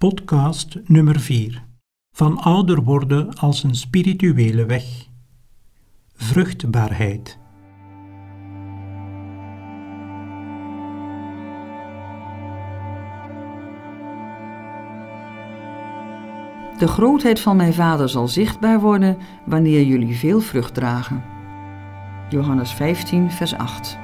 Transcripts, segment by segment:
Podcast nummer 4. Van ouder worden als een spirituele weg. Vruchtbaarheid. De grootheid van mijn Vader zal zichtbaar worden wanneer jullie veel vrucht dragen. Johannes 15, vers 8.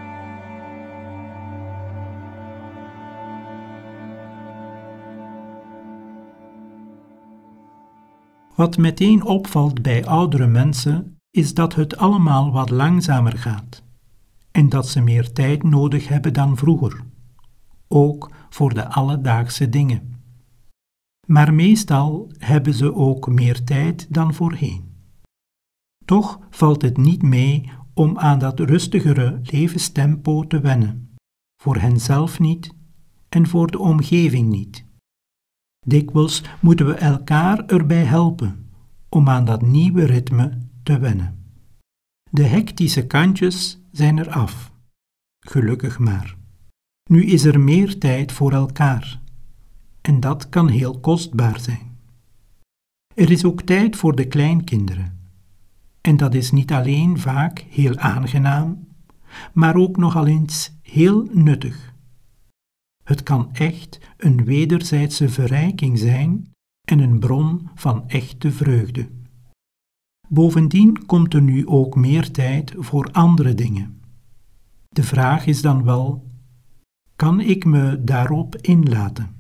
Wat meteen opvalt bij oudere mensen is dat het allemaal wat langzamer gaat en dat ze meer tijd nodig hebben dan vroeger, ook voor de alledaagse dingen. Maar meestal hebben ze ook meer tijd dan voorheen. Toch valt het niet mee om aan dat rustigere levenstempo te wennen, voor henzelf niet en voor de omgeving niet. Dikwijls moeten we elkaar erbij helpen om aan dat nieuwe ritme te wennen. De hectische kantjes zijn er af, gelukkig maar. Nu is er meer tijd voor elkaar en dat kan heel kostbaar zijn. Er is ook tijd voor de kleinkinderen en dat is niet alleen vaak heel aangenaam, maar ook nogal eens heel nuttig. Het kan echt een wederzijdse verrijking zijn en een bron van echte vreugde. Bovendien komt er nu ook meer tijd voor andere dingen. De vraag is dan wel, kan ik me daarop inlaten?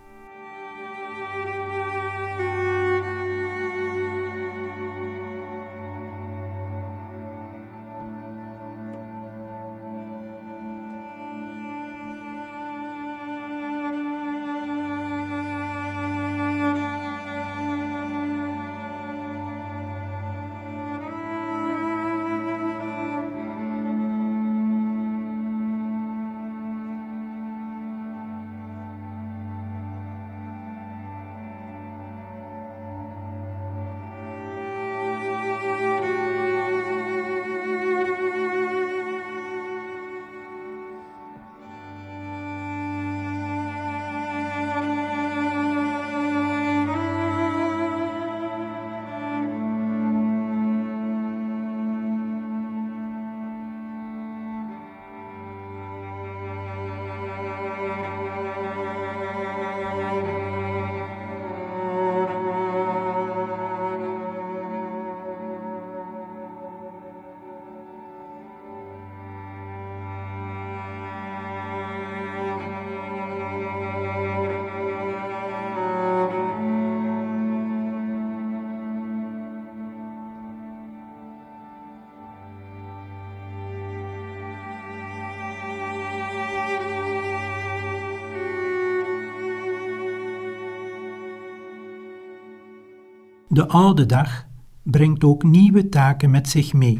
De oude dag brengt ook nieuwe taken met zich mee.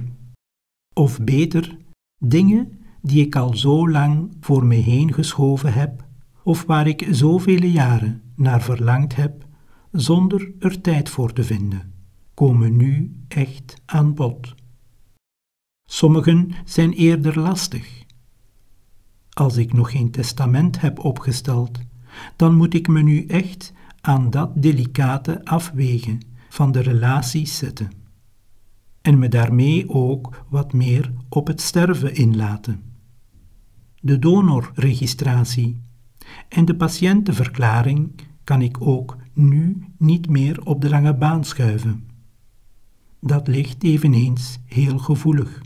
Of beter, dingen die ik al zo lang voor me heen geschoven heb, of waar ik zoveel jaren naar verlangd heb, zonder er tijd voor te vinden, komen nu echt aan bod. Sommigen zijn eerder lastig. Als ik nog geen testament heb opgesteld, dan moet ik me nu echt aan dat delicate afwegen van de relaties zetten en me daarmee ook wat meer op het sterven inlaten. De donorregistratie en de patiëntenverklaring kan ik ook nu niet meer op de lange baan schuiven. Dat ligt eveneens heel gevoelig.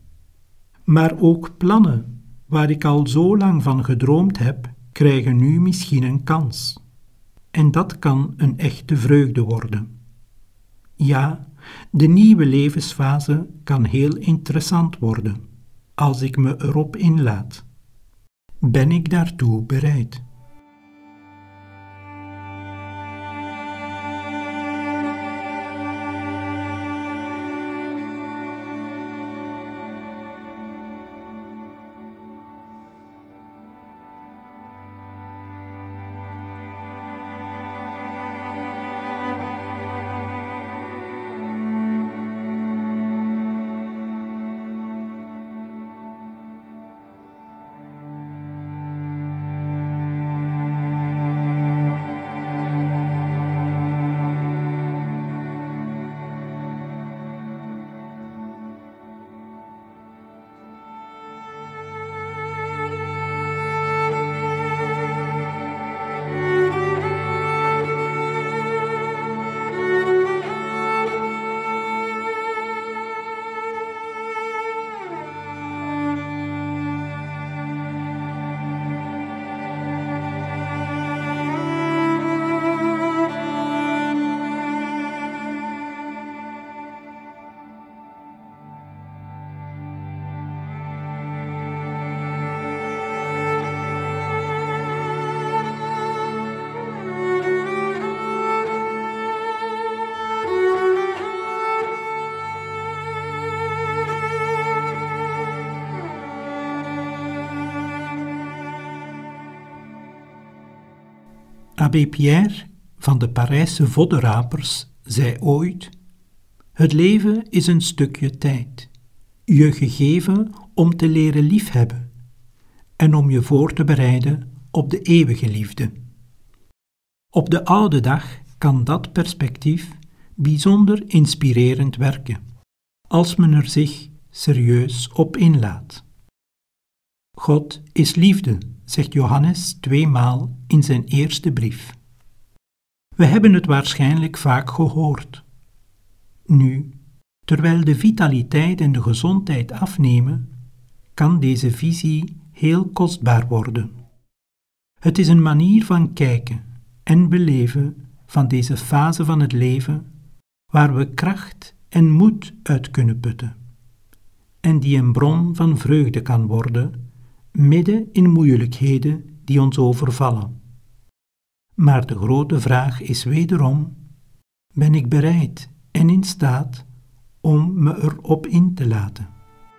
Maar ook plannen waar ik al zo lang van gedroomd heb, krijgen nu misschien een kans. En dat kan een echte vreugde worden. Ja, de nieuwe levensfase kan heel interessant worden, als ik me erop inlaat. Ben ik daartoe bereid? Abbé Pierre van de Parijse voddenrapers zei ooit: het leven is een stukje tijd, je gegeven om te leren liefhebben en om je voor te bereiden op de eeuwige liefde. Op de oude dag kan dat perspectief bijzonder inspirerend werken, als men er zich serieus op inlaat. God is liefde, zegt Johannes 2 maal in zijn eerste brief. We hebben het waarschijnlijk vaak gehoord. Nu, terwijl de vitaliteit en de gezondheid afnemen, kan deze visie heel kostbaar worden. Het is een manier van kijken en beleven van deze fase van het leven waar we kracht en moed uit kunnen putten en die een bron van vreugde kan worden midden in moeilijkheden die ons overvallen. Maar de grote vraag is wederom: ben ik bereid en in staat om me erop in te laten?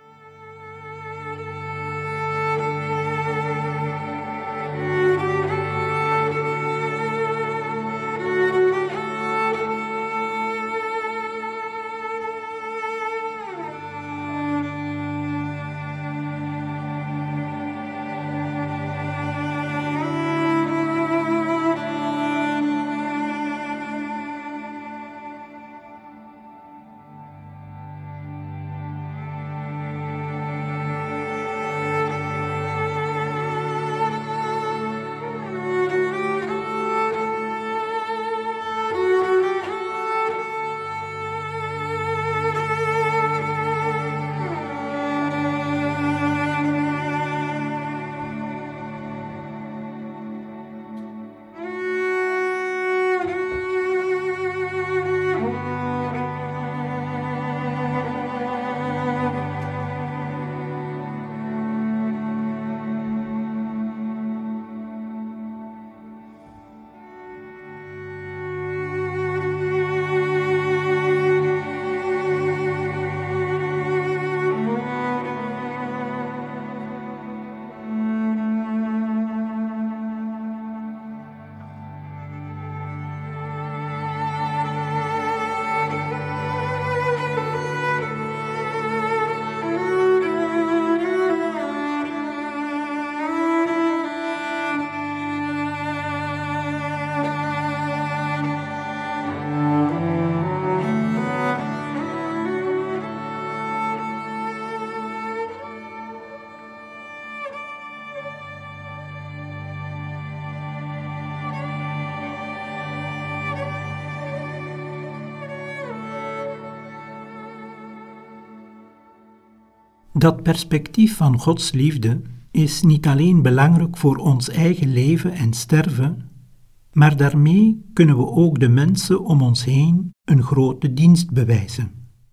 Dat perspectief van Gods liefde is niet alleen belangrijk voor ons eigen leven en sterven, maar daarmee kunnen we ook de mensen om ons heen een grote dienst bewijzen.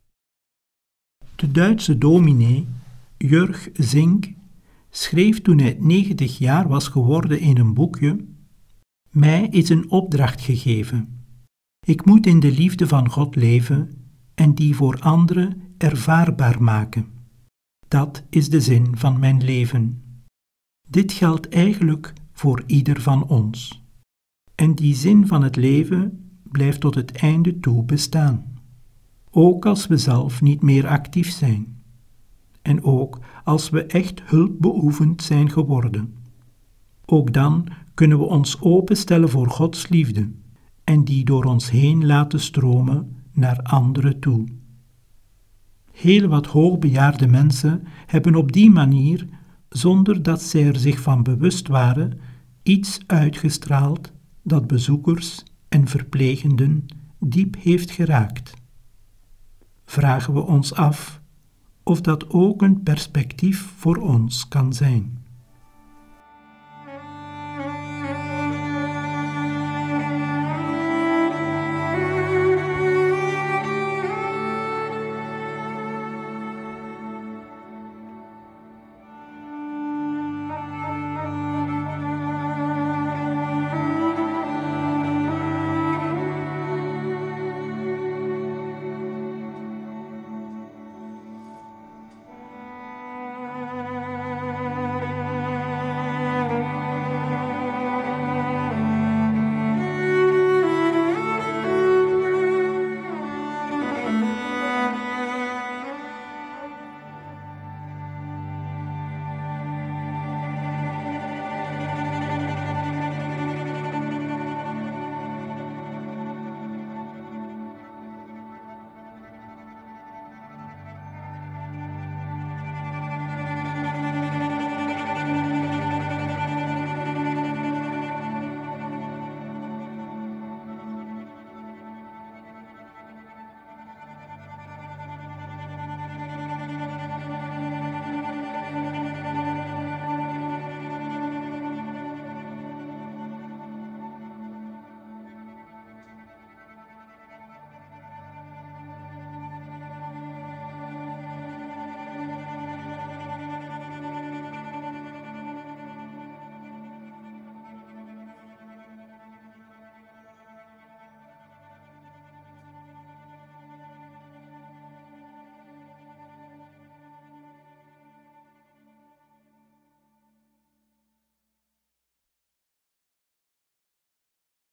De Duitse dominee Jörg Zink schreef toen hij 90 jaar was geworden in een boekje: mij is een opdracht gegeven. Ik moet in de liefde van God leven en die voor anderen ervaarbaar maken. Dat is de zin van mijn leven. Dit geldt eigenlijk voor ieder van ons. En die zin van het leven blijft tot het einde toe bestaan. Ook als we zelf niet meer actief zijn. En ook als we echt hulpbehoevend zijn geworden. Ook dan kunnen we ons openstellen voor Gods liefde en die door ons heen laten stromen naar anderen toe. Heel wat hoogbejaarde mensen hebben op die manier, zonder dat zij er zich van bewust waren, iets uitgestraald dat bezoekers en verplegenden diep heeft geraakt. Vragen we ons af of dat ook een perspectief voor ons kan zijn.